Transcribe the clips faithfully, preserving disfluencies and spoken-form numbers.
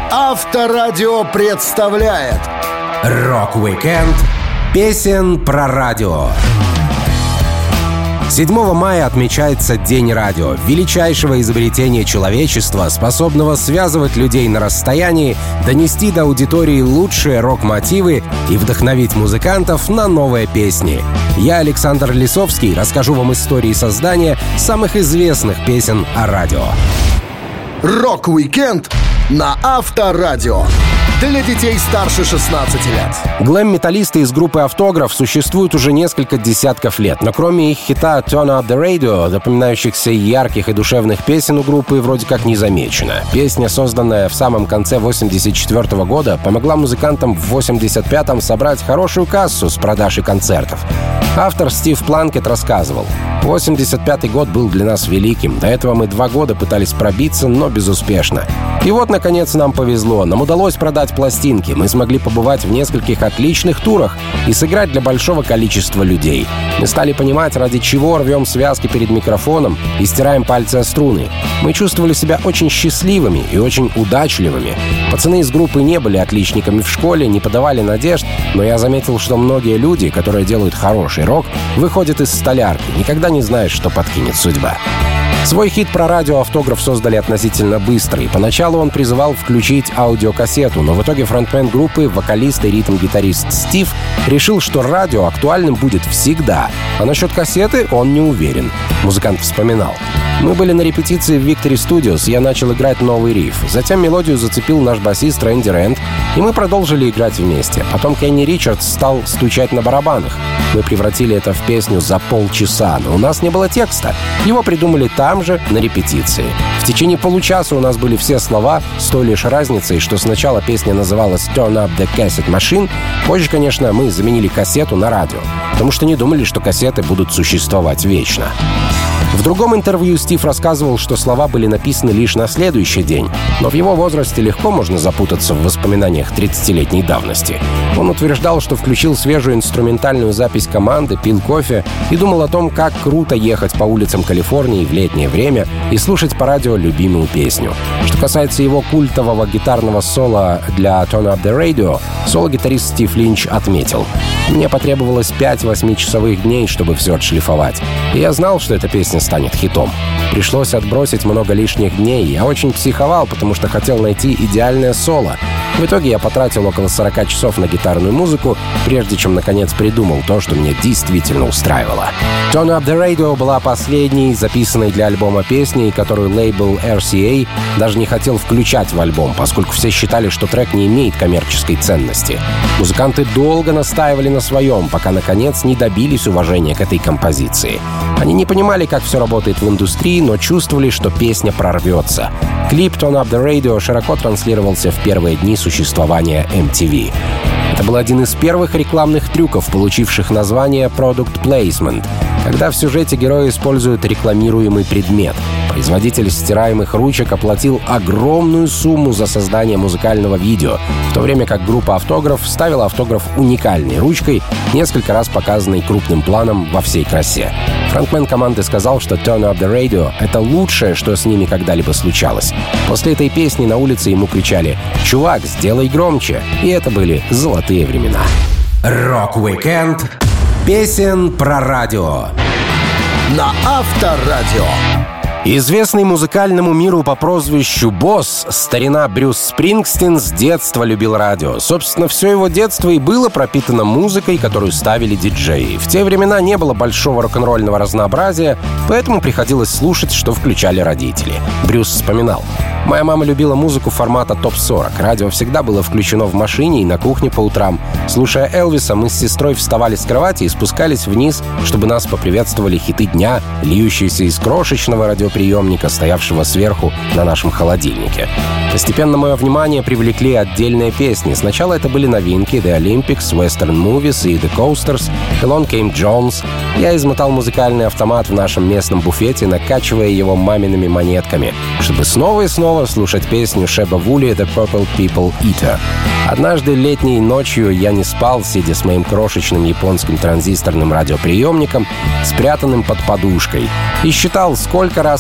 Авторадио представляет Рок-викенд песен про радио. седьмого мая отмечается День радио, величайшего изобретения человечества, способного связывать людей на расстоянии, донести до аудитории лучшие рок-мотивы и вдохновить музыкантов на новые песни. Я, Александр Лисовский, расскажу вам истории создания самых известных песен о радио. Рок-викенд на Авторадио. Для детей старше шестнадцати лет. Глэм-металлисты из группы «Автограф» существуют уже несколько десятков лет, но кроме их хита «Turn Up The Radio», запоминающихся ярких и душевных песен у группы вроде как не замечено. Песня, созданная в самом конце восемьдесят четвёртого года, помогла музыкантам в восемьдесят пятом собрать хорошую кассу с продаж и концертов. Автор Стив Планкетт рассказывал: «восемьдесят пятый год был для нас великим. До этого мы два года пытались пробиться, но безуспешно. И вот, наконец, нам повезло. Нам удалось продать пластинки. Мы смогли побывать в нескольких отличных турах и сыграть для большого количества людей. Мы стали понимать, ради чего рвем связки перед микрофоном и стираем пальцы о струны. Мы чувствовали себя очень счастливыми и очень удачливыми. Пацаны из группы не были отличниками в школе, не подавали надежд, но я заметил, что многие люди, которые делают хороший рок, выходят из столярки. Никогда не знаешь, что подкинет судьба». Свой хит про радио «Автограф» создали относительно быстро, и поначалу он призывал включить аудиокассету, но в итоге фронтмен группы, вокалист и ритм-гитарист Стив, решил, что радио актуальным будет всегда, а насчет кассеты он не уверен. Музыкант вспоминал: «Мы были на репетиции в Victory Studios, я начал играть новый риф. Затем мелодию зацепил наш басист Рэнди Рэнд, и мы продолжили играть вместе. Потом Кенни Ричардс стал стучать на барабанах. Мы превратили это в песню за полчаса, но у нас не было текста. Его придумали там же, на репетиции. В течение получаса у нас были все слова, с той лишь разницей, что сначала песня называлась «Turn Up The Cassette Machine», позже, конечно, мы заменили кассету на радио, потому что не думали, что кассеты будут существовать вечно». В другом интервью Стив рассказывал, что слова были написаны лишь на следующий день, но в его возрасте легко можно запутаться в воспоминаниях тридцатилетней давности. Он утверждал, что включил свежую инструментальную запись команды, пил кофе и думал о том, как круто ехать по улицам Калифорнии в летнее время и слушать по радио любимую песню. Что касается его культового гитарного соло для «Turn Up The Radio», соло-гитарист Стив Линч отметил: «Мне потребовалось пять восьмичасовых дней, чтобы все отшлифовать. И я знал, что эта песня станет хитом. Пришлось отбросить много лишних дней. Я очень психовал, потому что хотел найти идеальное соло. В итоге я потратил около сорока часов на гитарную музыку, прежде чем, наконец, придумал то, что меня действительно устраивало». «Turn Up The Radio» была последней записанной для альбома песней, которую лейбл эр си эй даже не хотел включать в альбом, поскольку все считали, что трек не имеет коммерческой ценности. Музыканты долго настаивали на своем, пока, наконец, не добились уважения к этой композиции. Они не понимали, как все работает в индустрии, но чувствовали, что песня прорвется. Клип «Turn Up The Radio» широко транслировался в первые дни существования эм ти ви. Это был один из первых рекламных трюков, получивших название «Product Placement», когда в сюжете герои используют рекламируемый предмет. Производитель стираемых ручек оплатил огромную сумму за создание музыкального видео, в то время как группа «Автограф» ставила автограф уникальной ручкой, несколько раз показанной крупным планом во всей красе. Фронтмен команды сказал, что «Turn Up The Radio» — это лучшее, что с ними когда-либо случалось. После этой песни на улице ему кричали: «Чувак, сделай громче!» И это были золотые времена. Рок-викенд песен про радио на Авторадио. Известный музыкальному миру по прозвищу «Босс», старина Брюс Спрингстин с детства любил радио. Собственно, все его детство и было пропитано музыкой, которую ставили диджеи. В те времена не было большого рок-н-ролльного разнообразия, поэтому приходилось слушать, что включали родители. Брюс вспоминал: «Моя мама любила музыку формата топ сорок. Радио всегда было включено в машине и на кухне по утрам. Слушая Элвиса, мы с сестрой вставали с кровати и спускались вниз, чтобы нас поприветствовали хиты дня, льющиеся из крошечного радиоприемника, стоявшего сверху на нашем холодильнике. Постепенно мое внимание привлекли отдельные песни. Сначала это были новинки The Olympics, Western Movies и The Coasters, Along Came Jones. Я измотал музыкальный автомат в нашем местном буфете, накачивая его мамиными монетками, чтобы снова и снова слушать песню Шеба Вули «The Purple People Eater». Однажды летней ночью я не спал, сидя с моим крошечным японским транзисторным радиоприемником, спрятанным под подушкой, и считал, сколько раз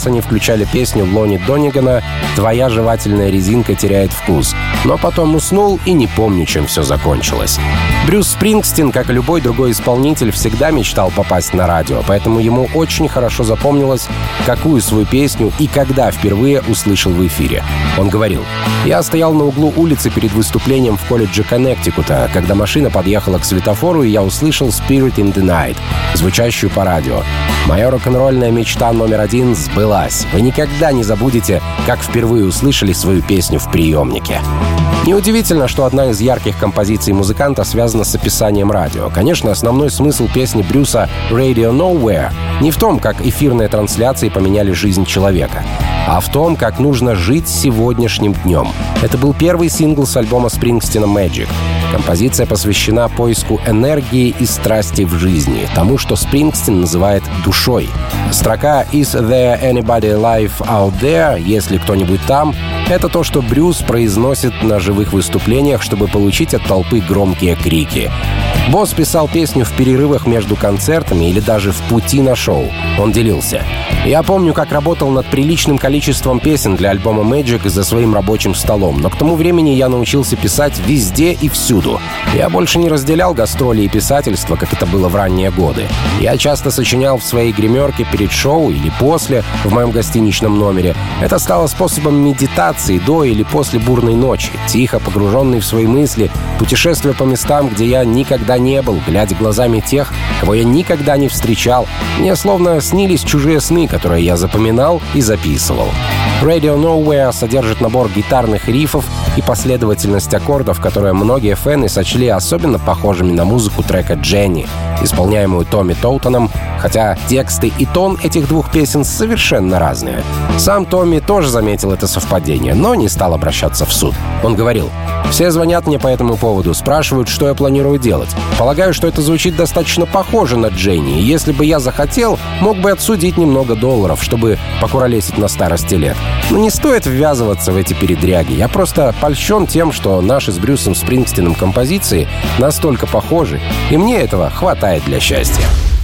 раз они включали песню Лони Донигана «Твоя жевательная резинка теряет вкус», но потом уснул и не помню, чем все закончилось. Брюс Спрингстин, как и любой другой исполнитель, всегда мечтал попасть на радио, поэтому ему очень хорошо запомнилось, какую свою песню и когда впервые услышал в эфире. Он говорил: «Я стоял на углу улицы перед выступлением в колледже Коннектикута, когда машина подъехала к светофору, и я услышал «Spirit in the Night», звучащую по радио. Моя рок-н-ролльная мечта номер один сбылась. Вы никогда не забудете, как впервые услышали свою песню в приемнике». Неудивительно, что одна из ярких композиций музыканта связана с описанием радио. Конечно, основной смысл песни Брюса «Radio Nowhere» не в том, как эфирные трансляции поменяли жизнь человека, а в том, как нужно жить сегодняшним днем. Это был первый сингл с альбома Спрингстина «Magic». Композиция посвящена поиску энергии и страсти в жизни, тому, что Спрингстин называет душой. Строка «Is there anybody alive out there?» «Если кто-нибудь там?» — это то, что Брюс произносит на живых выступлениях, чтобы получить от толпы громкие крики. Босс писал песню в перерывах между концертами или даже в пути на шоу. Он делился: «Я помню, как работал над приличным количеством песен для альбома Magic за своим рабочим столом, но к тому времени я научился писать везде и всюду. Я больше не разделял гастроли и писательство, как это было в ранние годы. Я часто сочинял в своей гримерке перед шоу или после, в моем гостиничном номере. Это стало способом медитации до или после бурной ночи, тихо погруженный в свои мысли, путешествуя по местам, где я никогда не был, глядя глазами тех, кого я никогда не встречал. Мне словно снились чужие сны, которые я запоминал и записывал». Radio Nowhere содержит набор гитарных рифов и последовательность аккордов, которые многие фэны сочли особенно похожими на музыку трека «Дженни», исполняемую Томми Тоутоном, хотя тексты и тон этих двух песен совершенно разные. Сам Томми тоже заметил это совпадение, но не стал обращаться в суд. Он говорил: «Все звонят мне по этому поводу, спрашивают, что я планирую делать. Полагаю, что это звучит достаточно похоже на Дженни, и если бы я захотел, мог бы отсудить немного долларов, чтобы покуролесить на старости лет. Но не стоит ввязываться в эти передряги. Я просто польщен тем, что наши с Брюсом Спрингстином композиции настолько похожи, и мне этого хватает для счастья».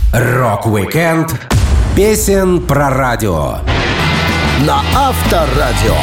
Рок-викенд песен про радио на Авторадио.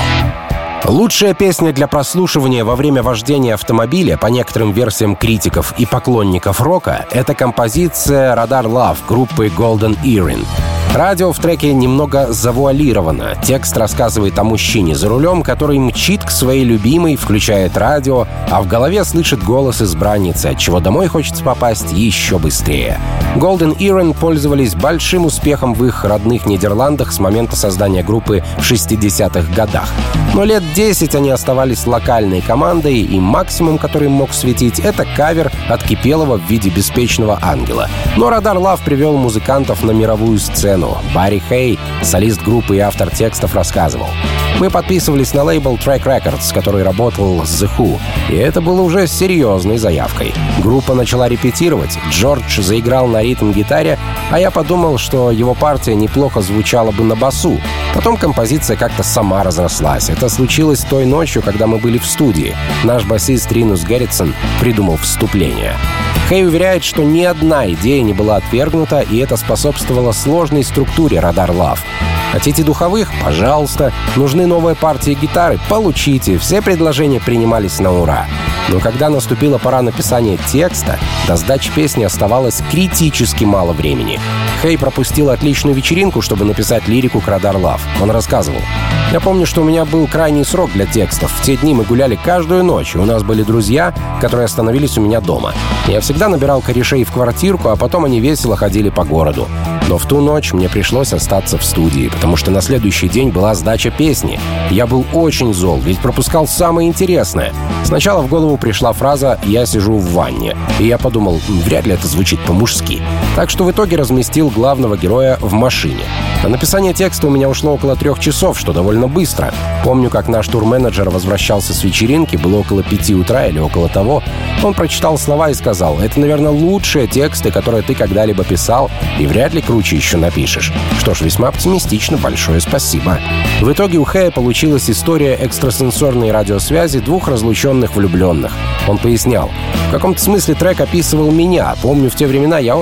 Лучшая песня для прослушивания во время вождения автомобиля, по некоторым версиям критиков и поклонников рока, это композиция «Radar Love» группы Golden Earring. Радио в треке немного завуалировано. Текст рассказывает о мужчине за рулем, который мчит к своей любимой, включает радио, а в голове слышит голос избранницы, отчего домой хочется попасть еще быстрее. Golden Earring пользовались большим успехом в их родных Нидерландах с момента создания группы в шестидесятых годах. Но лет десять они оставались локальной командой, и максимум, который мог светить, это кавер от Кипелова в виде «Беспечного ангела». Но Radar Love привел музыкантов на мировую сцену. Барри Хей, солист группы и автор текстов, рассказывал: «Мы подписывались на лейбл Track Records, который работал с The Who, и это было уже серьезной заявкой. Группа начала репетировать, Джордж заиграл на ритм-гитаре, а я подумал, что его партия неплохо звучала бы на басу. Потом композиция как-то сама разрослась. Это случилось той ночью, когда мы были в студии. Наш басист Ринус Герритсон придумал вступление». Хей уверяет, что ни одна идея не была отвергнута, и это способствовало сложной структуре Radar Love. Хотите духовых? Пожалуйста. Нужны новые партии гитары? Получите. Все предложения принимались на ура. Но когда наступила пора написания текста, до сдачи песни оставалось критически мало времени. Хей пропустил отличную вечеринку, чтобы написать лирику к Radar Love. Он рассказывал: «Я помню, что у меня был крайний срок для текстов. В те дни мы гуляли каждую ночь, и у нас были друзья, которые остановились у меня дома. Я всегда набирал корешей в квартирку, а потом они весело ходили по городу. Но в ту ночь мне пришлось остаться в студии, потому что на следующий день была сдача песни. Я был очень зол, ведь пропускал самое интересное. Сначала в голову пришла фраза «я сижу в ванне», и я подумал, вряд ли это звучит по-мужски. Так что в итоге разместил главного героя в машине. На написание текста у меня ушло около трех часов, что довольно быстро. Помню, как наш турменеджер возвращался с вечеринки, было около пяти утра или около того. Он прочитал слова и сказал: «Это, наверное, лучшие тексты, которые ты когда-либо писал, и вряд ли круче еще напишешь». Что ж, весьма оптимистично, большое спасибо. В итоге у Хэя получилась история экстрасенсорной радиосвязи двух разлученных влюбленных. Он пояснял: «В каком-то смысле трек описывал меня. Помню, в те времена я очень интересовался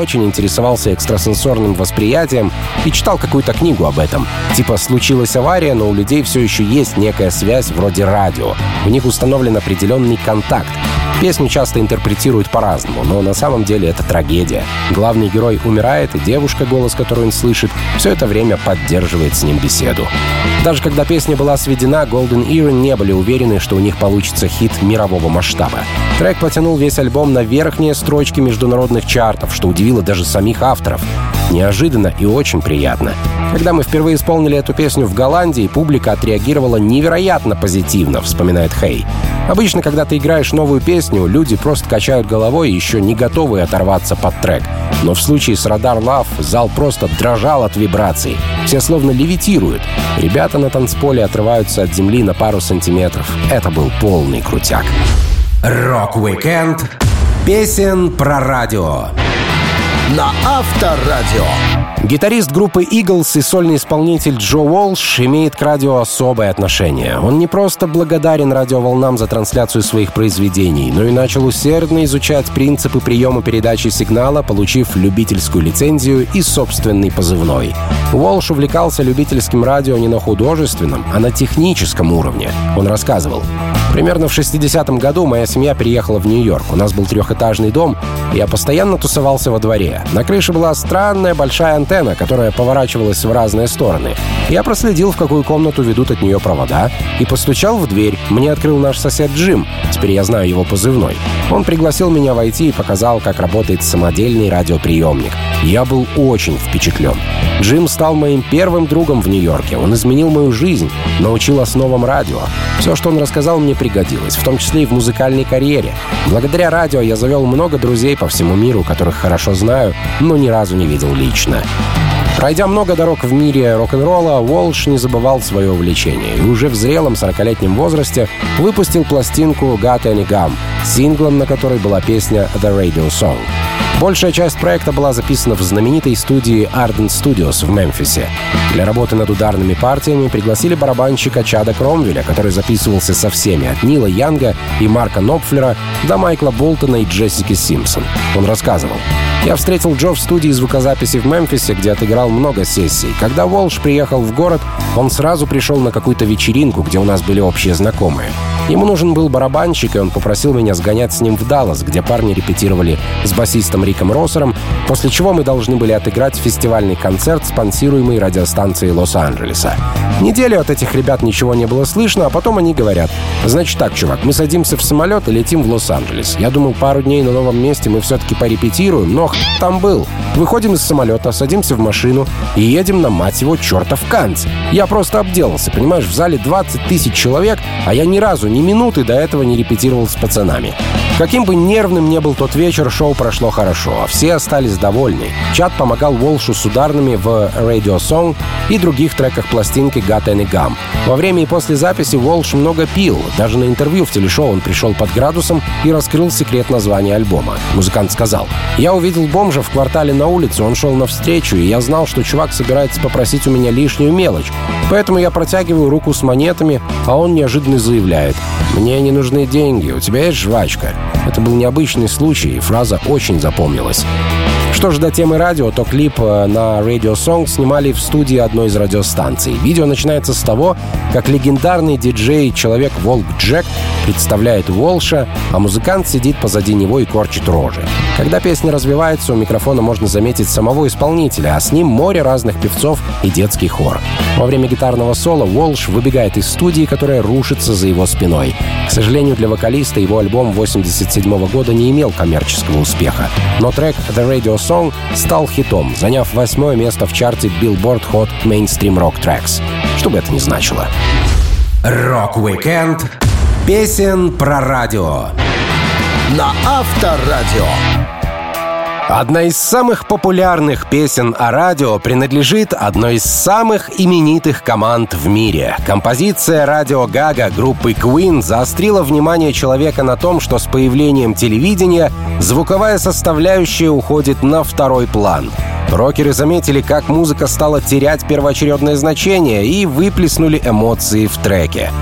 интересовался экстрасенсорным восприятием и читал какую-то книгу об этом. Типа случилась авария, но у людей все еще есть некая связь вроде радио. У них установлен определенный контакт. Песню часто интерпретируют по-разному, но на самом деле это трагедия. Главный герой умирает, и девушка, голос которую он слышит, все это время поддерживает с ним беседу. Даже когда песня была сведена, Golden Earring не были уверены, что у них получится хит мирового масштаба. Трек потянул весь альбом на верхние строчки международных чартов, что удивило даже самих авторов. Неожиданно и очень приятно. Когда мы впервые исполнили эту песню в Голландии, публика отреагировала невероятно позитивно, вспоминает Хэй. Обычно, когда ты играешь новую песню, люди просто качают головой, еще не готовые оторваться под трек. Но в случае с Radar Love зал просто дрожал от вибраций. Все словно левитируют. Ребята на танцполе отрываются от земли на пару сантиметров. Это был полный крутяк. Рок-викенд песен про радио на Авторадио. Гитарист группы Eagles и сольный исполнитель Джо Уолш имеет к радио особое отношение. Он не просто благодарен радиоволнам за трансляцию своих произведений, но и начал усердно изучать принципы приема передачи сигнала, получив любительскую лицензию и собственный позывной. Уолш увлекался любительским радио не на художественном, а на техническом уровне. Он рассказывал: примерно в шестидесятом году моя семья переехала в Нью-Йорк. У нас был трехэтажный дом, и я постоянно тусовался во дворе. На крыше была странная большая антенна, которая поворачивалась в разные стороны. Я проследил, в какую комнату ведут от нее провода, и постучал в дверь. Мне открыл наш сосед Джим. Теперь я знаю его позывной. Он пригласил меня войти и показал, как работает самодельный радиоприемник. Я был очень впечатлен. Джим стал моим первым другом в Нью-Йорке. Он изменил мою жизнь, научил основам радио. Все, что он рассказал, мне пригодилось, в том числе и в музыкальной карьере. Благодаря радио я завел много друзей по всему миру, которых хорошо знаю, но ни разу не видел лично. Пройдя много дорог в мире рок-н-ролла, Уолш не забывал свое увлечение и уже в зрелом сорокалетнем возрасте выпустил пластинку «Got Any Gum», синглом на которой была песня «The Radio Song». Большая часть проекта была записана в знаменитой студии Ardent Studios в Мемфисе. Для работы над ударными партиями пригласили барабанщика Чада Кромвеля, который записывался со всеми, от Нила Янга и Марка Нопфлера до Майкла Болтона и Джессики Симпсон. Он рассказывал: «Я встретил Джо в студии звукозаписи в Мемфисе, где отыграл много сессий. Когда Уолш приехал в город, он сразу пришел на какую-то вечеринку, где у нас были общие знакомые. Ему нужен был барабанщик, и он попросил меня сгонять с ним в Даллас, где парни репетировали с басистом Риком Россером, после чего мы должны были отыграть фестивальный концерт, спонсируемый радиостанцией Лос-Анджелеса. Неделю от этих ребят ничего не было слышно, а потом они говорят: значит так, чувак, мы садимся в самолет и летим в Лос-Анджелес. Я думал, пару дней на новом месте мы все-таки порепетируем, но х** там был. Выходим из самолета, садимся в машину и едем на, мать его, чертов Канц. Я просто обделался, понимаешь, в зале двадцать тысяч человек, а я ни разу, ни минуты до этого не репетировал с пацанами. Каким бы нервным ни был тот вечер, шоу прошло хорошо, а все остались довольны. Чад помогал Уолшу с ударными в Radio Song и других треках пластинки Got Any Gum. Во время и после записи Уолш много пил. Даже на интервью в телешоу он пришел под градусом и раскрыл секрет названия альбома. Музыкант сказал: «Я увидел бомжа в квартале на улице, он шел навстречу, и я знал, что чувак собирается попросить у меня лишнюю мелочь. Поэтому я протягиваю руку с монетами, а он неожиданно заявляет: «Мне не нужны деньги, у тебя есть жвачка?» Это был необычный случай, и фраза очень запомнилась. Что же до темы радио, то клип на Radio Song снимали в студии одной из радиостанций. Видео начинается с того, как легендарный диджей Человек-волк Джек представляет Уолша, а музыкант сидит позади него и корчит рожи. Когда песня развивается, у микрофона можно заметить самого исполнителя, а с ним море разных певцов и детский хор. Во время гитарного соло Уолш выбегает из студии, которая рушится за его спиной. К сожалению, для вокалиста его альбом восемьдесят седьмого года не имел коммерческого успеха. Но трек «The Radio Song» стал хитом, заняв восьмое место в чарте Billboard Hot Mainstream Rock Tracks. Что бы это ни значило. Рок-викенд песен про радио на Авторадио. Одна из самых популярных песен о радио принадлежит одной из самых именитых команд в мире. Композиция «Radio Gaga» группы Queen заострила внимание человека на том, что с появлением телевидения звуковая составляющая уходит на второй план. Рокеры заметили, как музыка стала терять первоочередное значение и выплеснули эмоции в треке.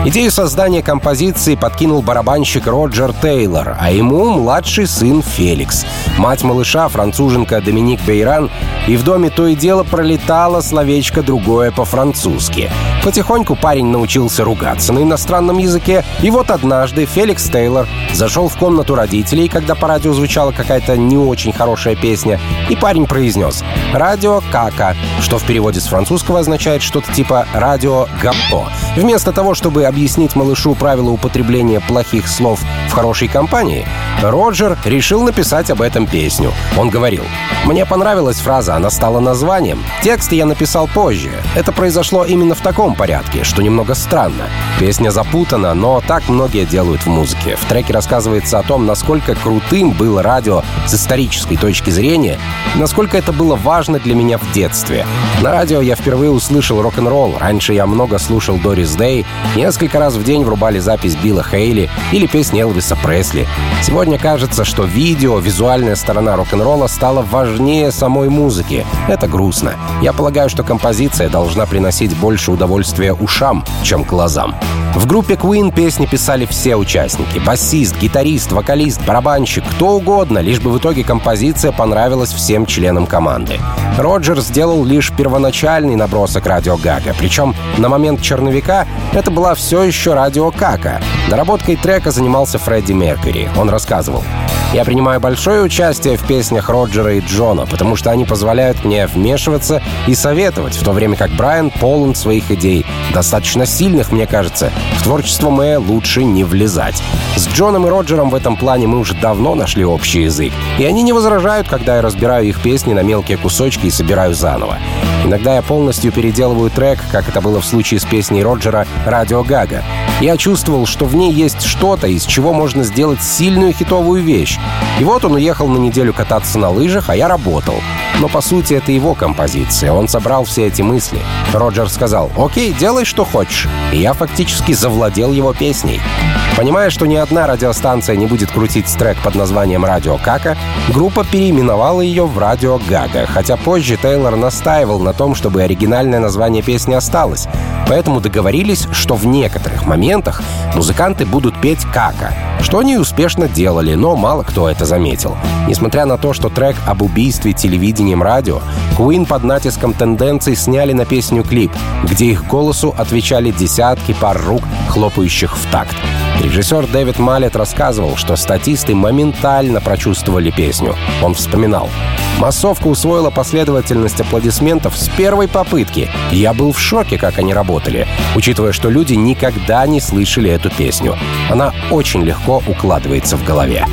Идею создания композиции подкинул барабанщик Роджер Тейлор, а ему младший сын Феликс. Мать малыша, француженка Доминик Бейран, и в доме то и дело пролетало словечко другое по-французски. Потихоньку парень научился ругаться на иностранном языке, и вот однажды Феликс Тейлор зашел в комнату родителей, когда по радио звучала какая-то не очень хорошая песня, и парень произнес «Радио кака», что в переводе с французского означает что-то типа «радио говно». Вместо того, чтобы объяснить малышу правила употребления плохих слов в хорошей компании, Роджер решил написать об этом песню. Он говорил: «Мне понравилась фраза, она стала названием. Текст я написал позже. Это произошло именно в таком порядке, что немного странно. Песня запутана, но так многие делают в музыке. В треке рассказывается о том, насколько крутым было радио с исторической точки зрения, насколько это было важно для меня в детстве. На радио я впервые услышал рок-н-ролл. Раньше я много слушал Дорис Дэй, несколько раз в день врубали запись Билла Хейли или песни Элвиса Пресли. Сегодня кажется, что видео, визуальная сторона рок-н-ролла стала важнее самой музыки. Это грустно. Я полагаю, что композиция должна приносить больше удовольствия ушам, чем глазам». В группе Queen песни писали все участники. Басист, гитарист, вокалист, барабанщик, кто угодно, лишь бы в итоге композиция понравилась всем членам команды. Роджер сделал лишь первоначальный набросок «Радио Гага», причем на момент черновика это была все еще «Радио Кака». Доработкой трека занимался Фредди Меркьюри. Он рассказывал: «Я принимаю большое участие в песнях Роджера и Джона, потому что они позволяют мне вмешиваться и советовать, в то время как Брайан полон своих идей, достаточно сильных, мне кажется. В творчество Мэя лучше не влезать. С Джоном и Роджером в этом плане мы уже давно нашли общий язык, и они не возражают, когда я разбираю их песни на мелкие кусочки и собираю заново. Иногда я полностью переделываю трек, как это было в случае с песней Роджера «Радио Гага». Я чувствовал, что в ней есть что-то, из чего можно сделать сильную хитовую вещь. И вот он уехал на неделю кататься на лыжах, а я работал. Но по сути это его композиция, он собрал все эти мысли. Роджер сказал: «Окей, делай, что хочешь». И я фактически завладел его песней. Понимая, что ни одна радиостанция не будет крутить трек под названием «Радио Кака», группа переименовала ее в «Радио Гага», хотя позже Тейлор настаивал на том, чтобы оригинальное название песни осталось. Поэтому договорились, что в некоторых моментах музыканты будут петь «Кака», что они успешно делали, но мало кто это заметил. Несмотря на то, что трек об убийстве телевидением радио, Queen под натиском тенденций сняли на песню клип, где их голосу отвечали десятки пар рук, хлопающих в такт. Режиссер Дэвид Маллет рассказывал, что статисты моментально прочувствовали песню. Он вспоминал: «Массовка усвоила последовательность аплодисментов с первой попытки. Я был в шоке, как они работали, учитывая, что люди никогда не слышали эту песню. Она очень легко укладывается в голове».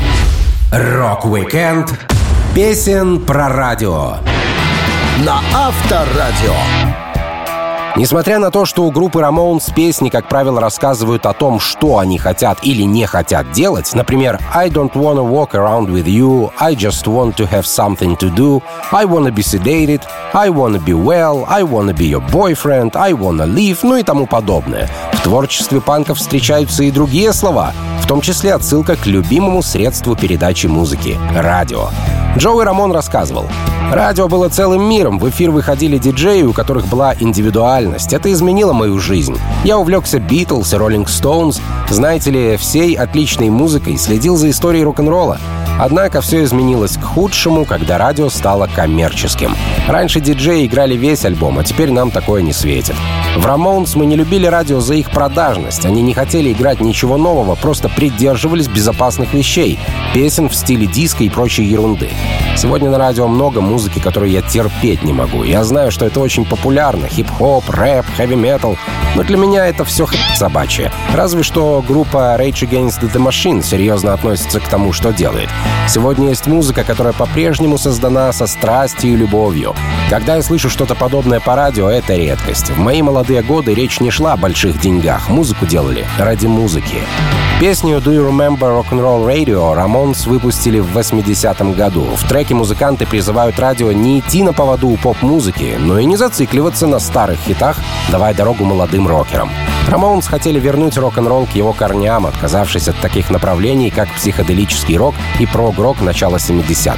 Рок-викенд песен про радио на Авторадио. Несмотря на то, что у группы Ramones песни, как правило, рассказывают о том, что они хотят или не хотят делать, например, «I don't wanna walk around with you», «I just want to have something to do», «I wanna be sedated», «I wanna be well», «I wanna be your boyfriend», «I wanna live», ну и тому подобное. В творчестве панков встречаются и другие слова, в том числе отсылка к любимому средству передачи музыки — радио. Джоуи Рамон рассказывал: «Радио было целым миром, в эфир выходили диджеи, у которых была индивидуальность. Это изменило мою жизнь. Я увлекся Битлз и Роллинг Стоунс, знаете ли, всей отличной музыкой, следил за историей рок-н-ролла. Однако все изменилось к худшему, когда радио стало коммерческим. Раньше диджеи играли весь альбом, а теперь нам такое не светит. В Ramones мы не любили радио за их продажность. Они не хотели играть ничего нового, просто придерживались безопасных вещей, песен в стиле диска и прочей ерунды. Сегодня на радио много музыки, которую я терпеть не могу. Я знаю, что это очень популярно — хип-хоп, рэп, хэви-метал, но для меня это все хрень собачья. Разве что группа Rage Against the Machine серьезно относится к тому, что делает. Сегодня есть музыка, которая по-прежнему создана со страстью и любовью. Когда я слышу что-то подобное по радио, это редкость. В мои молодые годы речь не шла о больших деньгах. Музыку делали ради музыки. Песню «Do You Remember Rock'n'Roll Radio» Ramones выпустили в восьмидесятом году. В треке музыканты призывают радио не идти на поводу у поп-музыки, но и не зацикливаться на старых хитах, давая дорогу молодым рокерам. Ramones хотели вернуть рок-н-ролл к его корням, отказавшись от таких направлений, как психоделический рок и прог-рок начала семидесятых.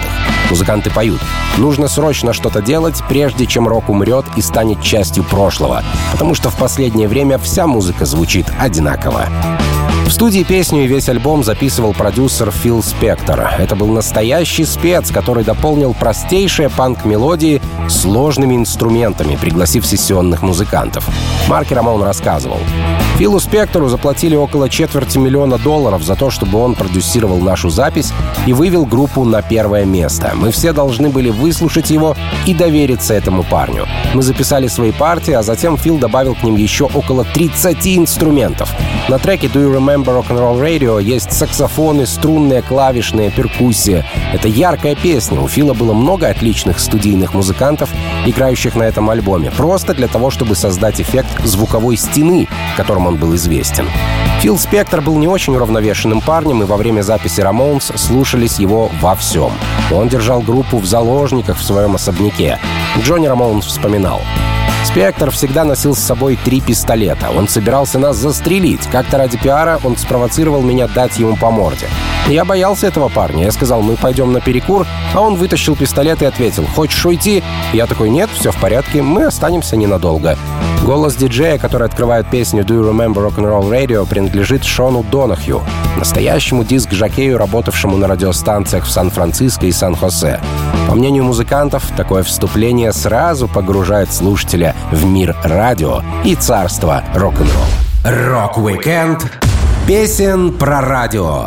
Музыканты поют. Нужно срочно что-то делать, прежде чем рок умрет и станет частью прошлого, потому что в последнее время вся музыка звучит одинаково. В студии песню и весь альбом записывал продюсер Фил Спектор. Это был настоящий спец, который дополнил простейшие панк-мелодии сложными инструментами, пригласив сессионных музыкантов. Марки Рамон рассказывал: Филу Спектору заплатили около четверти миллиона долларов за то, чтобы он продюсировал нашу запись и вывел группу на первое место. Мы все должны были выслушать его и довериться этому парню. Мы записали свои партии, а затем Фил добавил к ним еще около тридцати инструментов. На треке «Do You Remember Rock'n'Roll Radio» есть саксофоны, струнные, клавишные, перкуссия. Это яркая песня. У Фила было много отличных студийных музыкантов, играющих на этом альбоме, просто для того, чтобы создать эффект звуковой стены, которым он был известен. Фил Спектор был не очень уравновешенным парнем, и во время записи «Рамоунс» слушались его во всем. Он держал группу в заложниках в своем особняке. Джонни Рамоун вспоминал: Спектор всегда носил с собой три пистолета. Он собирался нас застрелить. Как-то ради пиара он спровоцировал меня дать ему по морде. Я боялся этого парня. Я сказал: мы пойдем на перекур, а он вытащил пистолет и ответил: хочешь уйти? Я такой: нет, все в порядке, мы останемся ненадолго. Голос диджея, который открывает песню «Do You Remember Rock'n'Roll Radio», принадлежит Шону Донахью, настоящему диск-жокею, работавшему на радиостанциях в Сан-Франциско и Сан-Хосе. По мнению музыкантов, такое вступление сразу погружает слушателя в мир радио и царство рок-н-ролл. Рок-викенд песен про радио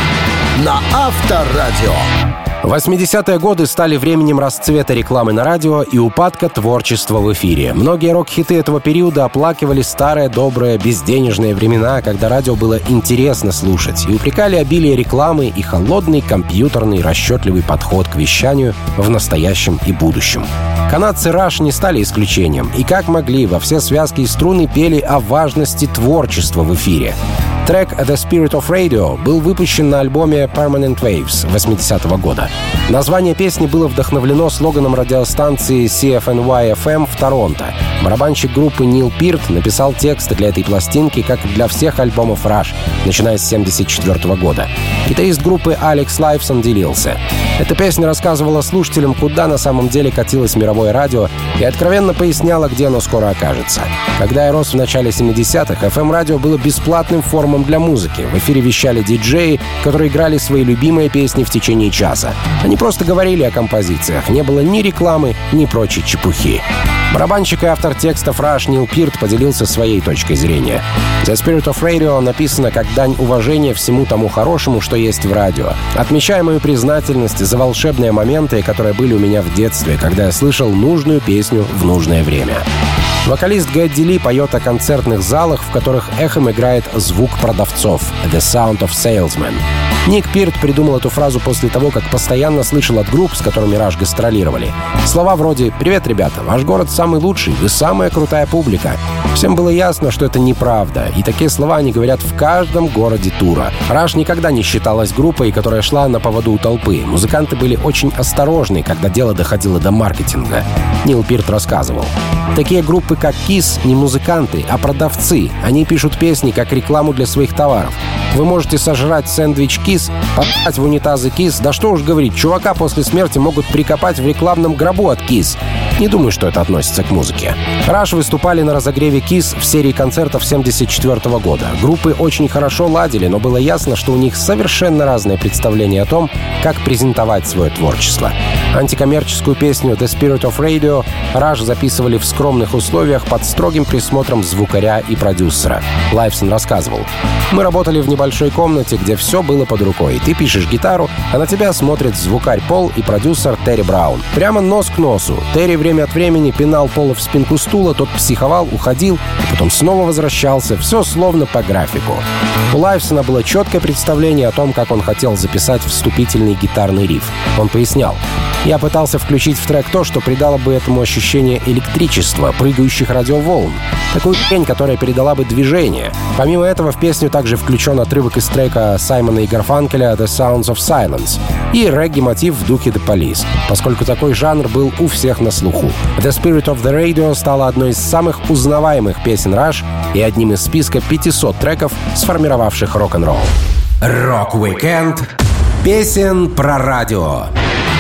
на Авторадио. восьмидесятые годы стали временем расцвета рекламы на радио и упадка творчества в эфире. Многие рок-хиты этого периода оплакивали старые добрые безденежные времена, когда радио было интересно слушать, и упрекали обилие рекламы и холодный компьютерный расчетливый подход к вещанию в настоящем и будущем. Канадцы Rush не стали исключением, и как могли во все связки и струны пели о важности творчества в эфире. Трек «The Spirit of Radio» был выпущен на альбоме Permanent Waves восьмидесятого года. Название песни было вдохновлено слоганом радиостанции си эф эн уай эф эм в Торонто. Барабанщик группы Нил Пирт написал тексты для этой пластинки, как и для всех альбомов Rush, начиная с семьдесят четвёртого года. Гитарист группы Алекс Лайфсон делился: эта песня рассказывала слушателям, куда на самом деле катилось мировое радио, и откровенно поясняла, где оно скоро окажется. Когда я рос в начале семидесятых, эф эм-радио было бесплатным форумом для музыки. В эфире вещали диджеи, которые играли свои любимые песни в течение часа. Они просто говорили о композициях. Не было ни рекламы, ни прочей чепухи. Барабанщик и автор текстов Rush Нил Пирт поделился своей точкой зрения. «The Spirit of Radio» написано как дань уважения всему тому хорошему, что есть в радио. Отмечая мою признательность за волшебные моменты, которые были у меня в детстве, когда я слышал нужную песню в нужное время. Вокалист Гэдди Ли поет о концертных залах, в которых эхом играет звук продавцов — «The Sound of Salesmen». Ник Пирт придумал эту фразу после того, как постоянно слышал от групп, с которыми Rush гастролировали. Слова вроде «Привет, ребята, ваш город самый лучший, вы самая крутая публика». Всем было ясно, что это неправда, и такие слова они говорят в каждом городе тура. Rush никогда не считалась группой, которая шла на поводу у толпы. Музыканты были очень осторожны, когда дело доходило до маркетинга. Нил Пирт рассказывал: такие группы, как Kiss, не музыканты, а продавцы. Они пишут песни как рекламу для своих товаров. Вы можете сожрать сэндвич Kiss, попасть в унитазы Kiss, да что уж говорить, чувака после смерти могут прикопать в рекламном гробу от Kiss. Не думаю, что это относится к музыке. Rush выступали на разогреве Kiss в серии концертов семьдесят четвёртого года. Группы очень хорошо ладили, но было ясно, что у них совершенно разное представление о том, как презентовать свое творчество. Антикоммерческую песню «The Spirit of Radio» Rush записывали в скромных условиях под строгим присмотром звукаря и продюсера. Лайфсон рассказывал: «Мы работали в небольшой комнате, где все было под рукой. Ты пишешь гитару, а на тебя смотрят звукарь Пол и продюсер Терри Браун. Прямо нос к носу. Терри время от времени пинал Пола в спинку стула, тот психовал, уходил, и потом снова возвращался. Все словно по графику». У Лайфсона было четкое представление о том, как он хотел записать вступительный гитарный риф. Он пояснял: «Я пытался включить в трек то, что придало бы этому ощущение электричества, прыгающих радиоволн. Такую хрень, которая передала бы движение. Помимо этого, в песню также включен отрывок из трека Саймона и Гарфанкеля «The Sounds of Silence» и регги-мотив в духе The Police, поскольку такой жанр был у всех на слуху. «The Spirit of the Radio» стала одной из самых узнаваемых песен Rush и одним из списка пятисот треков, сформировавших рок-н-ролл. Рок-викенд песен про радио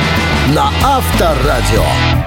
на Авторадио.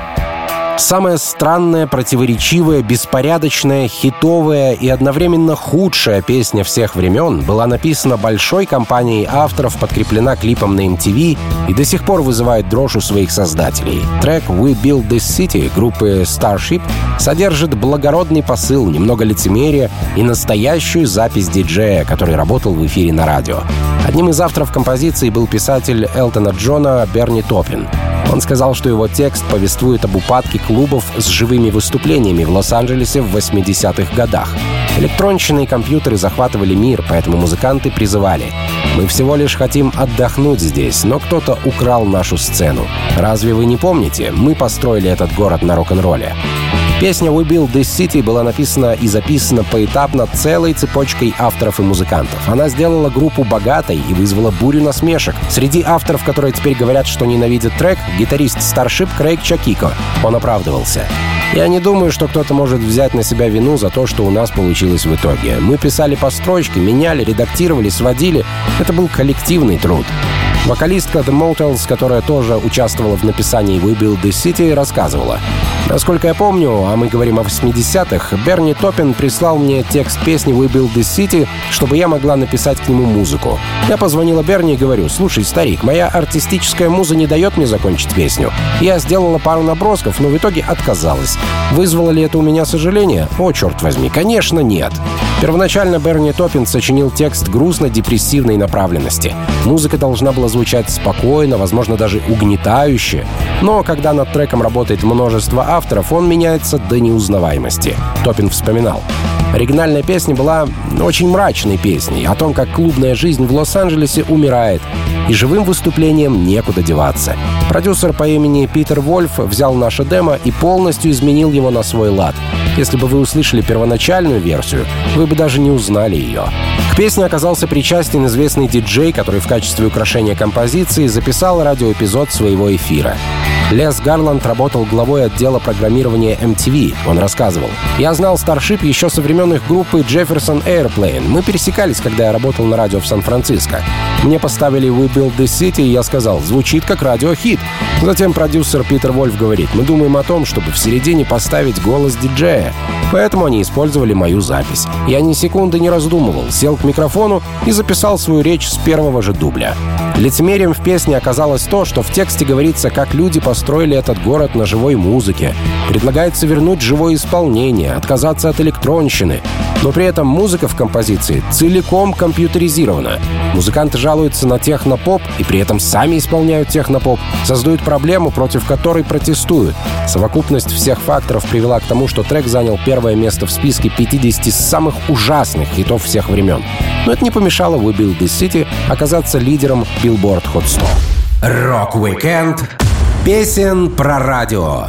Самая странная, противоречивая, беспорядочная, хитовая и одновременно худшая песня всех времен была написана большой компанией авторов, подкреплена клипом на эм ти ви и до сих пор вызывает дрожь у своих создателей. Трек «We Build This City» группы Starship содержит благородный посыл, немного лицемерия и настоящую запись диджея, который работал в эфире на радио. Одним из авторов композиции был писатель Элтона Джона Берни Топпин. Он сказал, что его текст повествует об упадке клубов с живыми выступлениями в Лос-Анджелесе в восьмидесятых годах. Электронщины и компьютеры захватывали мир, поэтому музыканты призывали: «Мы всего лишь хотим отдохнуть здесь, но кто-то украл нашу сцену. Разве вы не помните? Мы построили этот город на рок-н-ролле». Песня «We Build This City» была написана и записана поэтапно целой цепочкой авторов и музыкантов. Она сделала группу богатой и вызвала бурю насмешек. Среди авторов, которые теперь говорят, что ненавидят трек, гитарист Starship Крейг Чакико. Он оправдывался: «Я не думаю, что кто-то может взять на себя вину за то, что у нас получилось в итоге. Мы писали по строчке, меняли, редактировали, сводили. Это был коллективный труд». Вокалистка The Motels, которая тоже участвовала в написании «We Build This City», рассказывала: «Насколько я помню, а мы говорим о восьмидесятых, Берни Топпин прислал мне текст песни «We Build This City», чтобы я могла написать к нему музыку. Я позвонила Берни и говорю: слушай, старик, моя артистическая муза не дает мне закончить песню. Я сделала пару набросков, но в итоге отказалась. Вызвало ли это у меня сожаление? О, черт возьми, конечно, нет». Первоначально Берни Топпин сочинил текст грустно-депрессивной направленности. Музыка должна была звучать спокойно, возможно, даже угнетающе. Но когда над треком работает множество авторов, он меняется до неузнаваемости. Топпин вспоминал: оригинальная песня была очень мрачной песней о том, как клубная жизнь в Лос-Анджелесе умирает, и живым выступлением некуда деваться. Продюсер по имени Питер Вольф взял наше демо и полностью изменил его на свой лад. Если бы вы услышали первоначальную версию, вы бы даже не узнали ее. К песне оказался причастен известный диджей, который в качестве украшения композиции записал радиоэпизод своего эфира. Лес Гарланд работал главой отдела программирования эм ти ви. Он рассказывал: «Я знал Starship еще со времен их группы Jefferson Airplane. Мы пересекались, когда я работал на радио в Сан-Франциско. Мне поставили We Build This City, и я сказал: звучит как радиохит». Затем продюсер Питер Вольф говорит: «Мы думаем о том, чтобы в середине поставить голос диджея. Поэтому они использовали мою запись. Я ни секунды не раздумывал, сел к микрофону и записал свою речь с первого же дубля». Лицемерием в песне оказалось то, что в тексте говорится, как люди построили этот город на живой музыке. Предлагается вернуть живое исполнение, отказаться от электронщины. Но при этом музыка в композиции целиком компьютеризирована. Музыканты жалуются на технопоп и при этом сами исполняют технопоп, создают проблему, против которой протестуют. Совокупность всех факторов привела к тому, что трек занял первое место в списке пятидесяти самых ужасных хитов всех времен. Но это не помешало We Build This City оказаться лидером Billboard Hot сто. Рок-викенд песен про радио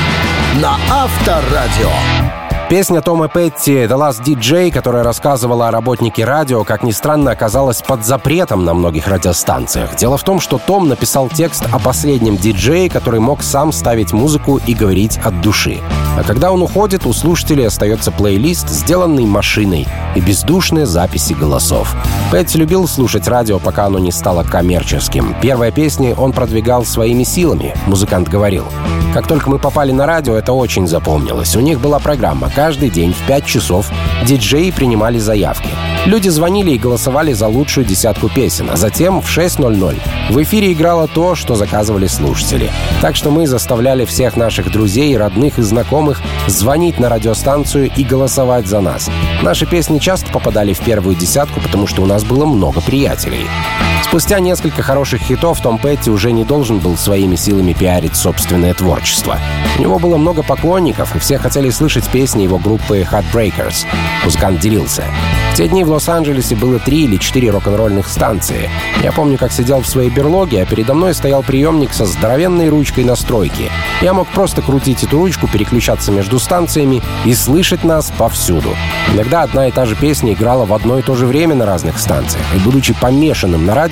на Авторадио. Песня Тома Петти «The Last ди джей», которая рассказывала о работнике радио, как ни странно, оказалась под запретом на многих радиостанциях. Дело в том, что Том написал текст о последнем диджее, который мог сам ставить музыку и говорить от души. А когда он уходит, у слушателей остается плейлист, сделанный машиной, и бездушные записи голосов. Петти любил слушать радио, пока оно не стало коммерческим. Первые песни он продвигал своими силами, музыкант говорил. Как только мы попали на радио, это очень запомнилось. У них была программа. Каждый день в пять часов диджеи принимали заявки. Люди звонили и голосовали за лучшую десятку песен, а затем в шесть ноль ноль в эфире играло то, что заказывали слушатели. Так что мы заставляли всех наших друзей, родных и знакомых звонить на радиостанцию и голосовать за нас. Наши песни часто попадали в первую десятку, потому что у нас было много приятелей. Спустя несколько хороших хитов Том Петти уже не должен был своими силами пиарить собственное творчество. У него было много поклонников, и все хотели слышать песни его группы Heartbreakers. Музыкант делился: в те дни в Лос-Анджелесе было три или четыре рок-н-ролльных станции. Я помню, как сидел в своей берлоге, а передо мной стоял приемник со здоровенной ручкой настройки. Я мог просто крутить эту ручку, переключаться между станциями и слышать нас повсюду. Иногда одна и та же песня играла в одно и то же время на разных станциях. И, будучи помешанным на радио,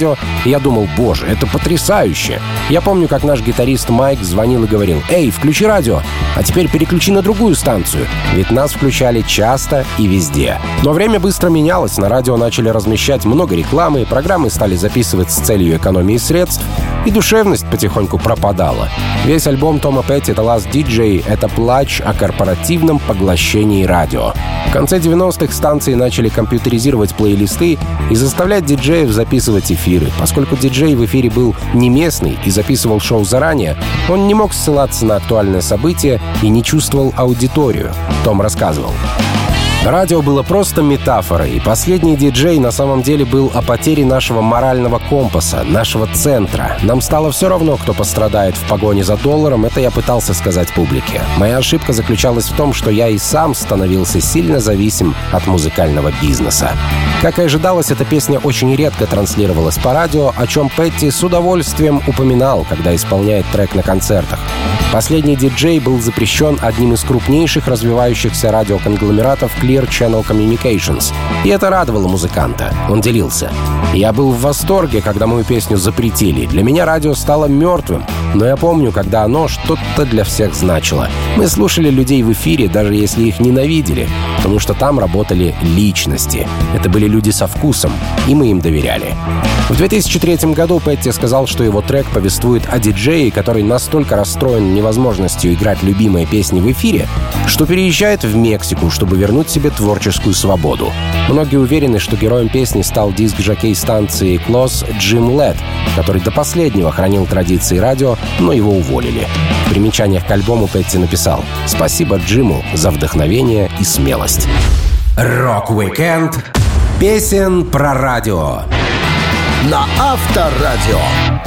радио, и я думал, боже, это потрясающе. Я помню, как наш гитарист Майк звонил и говорил: «Эй, включи радио, а теперь переключи на другую станцию». Ведь нас включали часто и везде. Но время быстро менялось, на радио начали размещать много рекламы, программы стали записывать с целью экономии средств, и душевность потихоньку пропадала. Весь альбом Тома Петти «The Last ди джей» — это плач о корпоративном поглощении радио. В конце девяностых станции начали компьютеризировать плейлисты и заставлять диджеев записывать эфиры. Поскольку диджей в эфире был не местный и записывал шоу заранее, он не мог ссылаться на актуальное событие и не чувствовал аудиторию. Том рассказывал: радио было просто метафорой, и последний диджей на самом деле был о потере нашего морального компаса, нашего центра. Нам стало все равно, кто пострадает в погоне за долларом, это я пытался сказать публике. Моя ошибка заключалась в том, что я и сам становился сильно зависим от музыкального бизнеса. Как и ожидалось, эта песня очень редко транслировалась по радио, о чем Петти с удовольствием упоминал, когда исполняет трек на концертах. Последний диджей был запрещен одним из крупнейших развивающихся радиоконгломератов Clear Channel Communications. И это радовало музыканта. Он делился: «Я был в восторге, когда мою песню запретили. Для меня радио стало мертвым. Но я помню, когда оно что-то для всех значило. Мы слушали людей в эфире, даже если их ненавидели, потому что там работали личности. Это были люди со вкусом, и мы им доверяли». В две тысячи третьем году Петти сказал, что его трек повествует о диджее, который настолько расстроен невозможностью играть любимые песни в эфире, что переезжает в Мексику, чтобы вернуть себе творческую свободу. Многие уверены, что героем песни стал диск-жокей станции Close Джим Лед, который до последнего хранил традиции радио, но его уволили. В примечаниях к альбому Петти написал: «Спасибо Джиму за вдохновение и смелость». Рок-викенд песен про радио на Авторадио.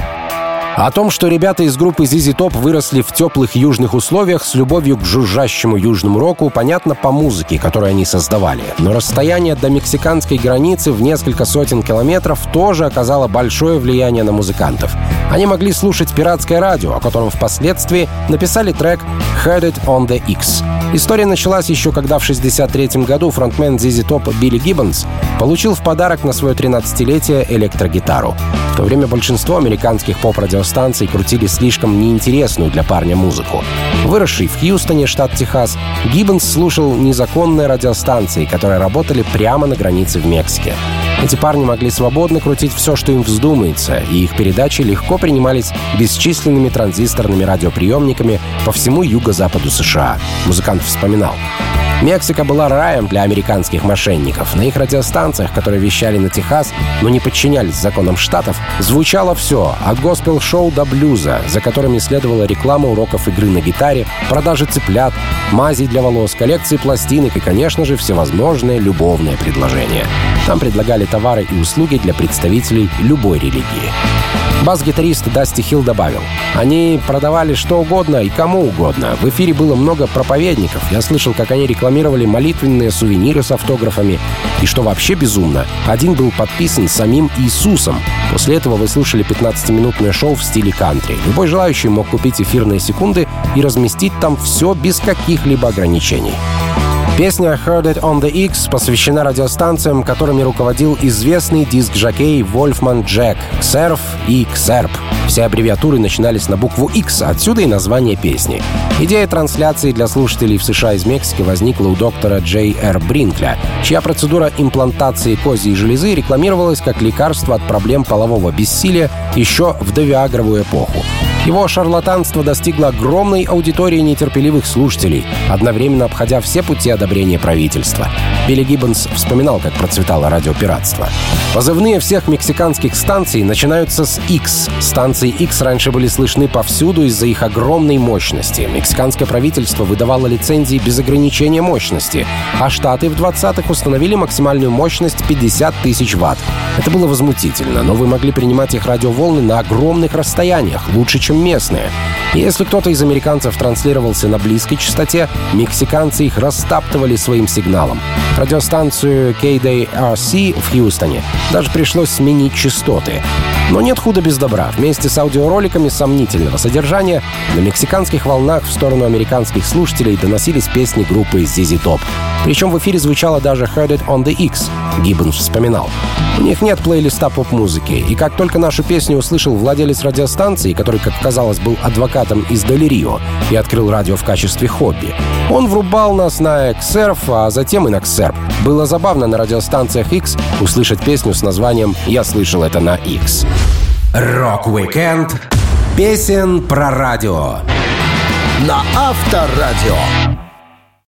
О том, что ребята из группы зет зет Top выросли в теплых южных условиях с любовью к жужжащему южному року, понятно по музыке, которую они создавали. Но расстояние до мексиканской границы в несколько сотен километров тоже оказало большое влияние на музыкантов. Они могли слушать пиратское радио, о котором впоследствии написали трек «Heard It on the X». История началась еще когда в шестьдесят третьем году фронтмен зет зет Top Билли Гиббонс получил в подарок на свое тринадцатилетие электрогитару. В то время большинство американских поп-радиостанций крутили слишком неинтересную для парня музыку. Выросший в Хьюстоне, штат Техас, Гиббонс слушал незаконные радиостанции, которые работали прямо на границе в Мексике. Эти парни могли свободно крутить все, что им вздумается, и их передачи легко принимались бесчисленными транзисторными радиоприемниками по всему юго-западу США. Музыкант вспоминал: «Мексика была раем для американских мошенников. На их радиостанциях, которые вещали на Техас, но не подчинялись законам штатов, звучало все, от госпел-шоу до блюза, за которыми следовала реклама уроков игры на гитаре, продажи цыплят, мазей для волос, коллекции пластинок и, конечно же, всевозможные любовные предложения. Там предлагали товары и услуги для представителей любой религии». Бас-гитарист Дасти Хилл добавил: «Они продавали что угодно и кому угодно. В эфире было много проповедников. Я слышал, как они рекламировали молитвенные сувениры с автографами. И что вообще безумно, один был подписан самим Иисусом. После этого вы слушали пятнадцатиминутное шоу в стиле кантри. Любой желающий мог купить эфирные секунды и разместить там все без каких-либо ограничений». Песня «Heard It on the X» посвящена радиостанциям, которыми руководил известный диск-жокей Вольфман Джек, Ксерф и Ксерп. Все аббревиатуры начинались на букву X, отсюда и название песни. Идея трансляции для слушателей в США из Мексики возникла у доктора Джей Эр Бринкля, чья процедура имплантации козьей железы рекламировалась как лекарство от проблем полового бессилия еще в довиагровую эпоху. Его шарлатанство достигло огромной аудитории нетерпеливых слушателей, одновременно обходя все пути одобрения правительства. Билли Гиббонс вспоминал, как процветало радиопиратство. Позывные всех мексиканских станций начинаются с X. Станции X раньше были слышны повсюду из-за их огромной мощности. Мексиканское правительство выдавало лицензии без ограничения мощности, а штаты в двадцатых установили максимальную мощность пятьдесят тысяч ватт. Это было возмутительно, но вы могли принимать их радиоволны на огромных расстояниях, лучше, чем местные. И если кто-то из американцев транслировался на близкой частоте, мексиканцы их растаптывали своим сигналом. Радиостанцию кей ди ар си в Хьюстоне даже пришлось сменить частоты. Но нет худа без добра. Вместе с аудиороликами сомнительного содержания на мексиканских волнах в сторону американских слушателей доносились песни группы зет зет Top. Причем в эфире звучала даже «Heard It on the X». Гиббонс вспоминал: «У них нет плейлиста поп-музыки, и как только нашу песню услышал владелец радиостанции, который, как казалось, был адвокатом из Дель-Рио и открыл радио в качестве хобби, он врубал нас на икс эрф, а затем и на Ксерп. Было забавно на радиостанциях X услышать песню с названием «Я слышал это на X». Рок-викенд песен про радио на Авторадио.